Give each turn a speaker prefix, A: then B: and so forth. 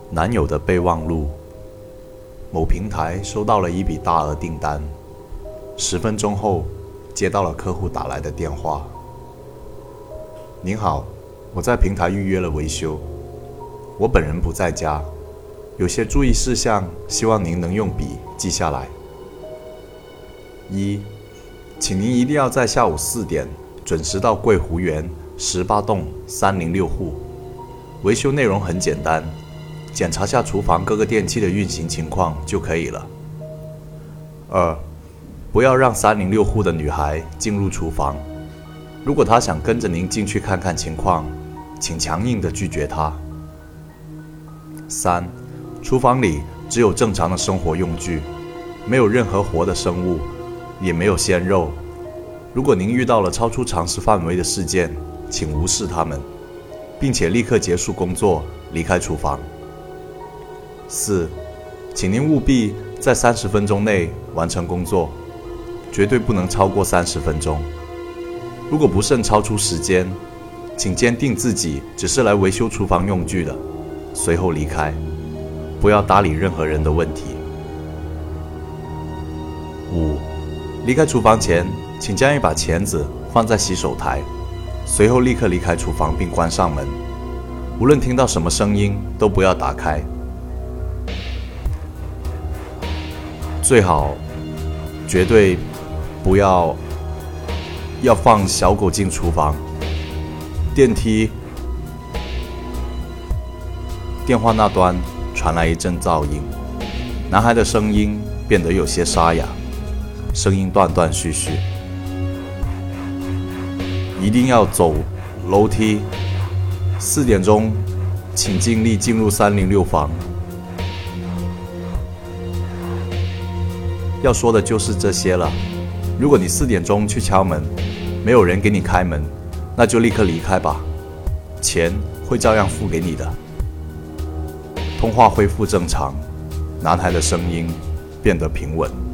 A: 男友的备忘录。某平台收到了一笔大额订单，10分钟后接到了客户打来的电话。您好，我在平台预约了维修，我本人不在家，有些注意事项希望您能用笔记下来。1. 请您一定要在下午4点准时到桂湖园18栋306户。维修内容很简单，检查下厨房各个电器的运行情况就可以了。2. 不要让306户的女孩进入厨房，如果她想跟着您进去看看情况，请强硬地拒绝她。3. 厨房里只有正常的生活用具，没有任何活的生物，也没有鲜肉。如果您遇到了超出常识范围的事件，请无视它们，并且立刻结束工作，离开厨房。4. 请您务必在30分钟内完成工作，绝对不能超过30分钟。如果不慎超出时间，请坚定自己只是来维修厨房用具的，随后离开，不要搭理任何人的问题。5. 离开厨房前，请将一把钳子放在洗手台，随后立刻离开厨房并关上门，无论听到什么声音都不要打开。最好绝对不要放小狗进厨房。电话那端传来一阵噪音，男孩的声音变得有些沙哑，声音断断续续。一定要走楼梯，4点钟请尽力进入306房。要说的就是这些了。如果你4点钟去敲门，没有人给你开门，那就立刻离开吧，钱会照样付给你的。通话恢复正常，男孩的声音变得平稳。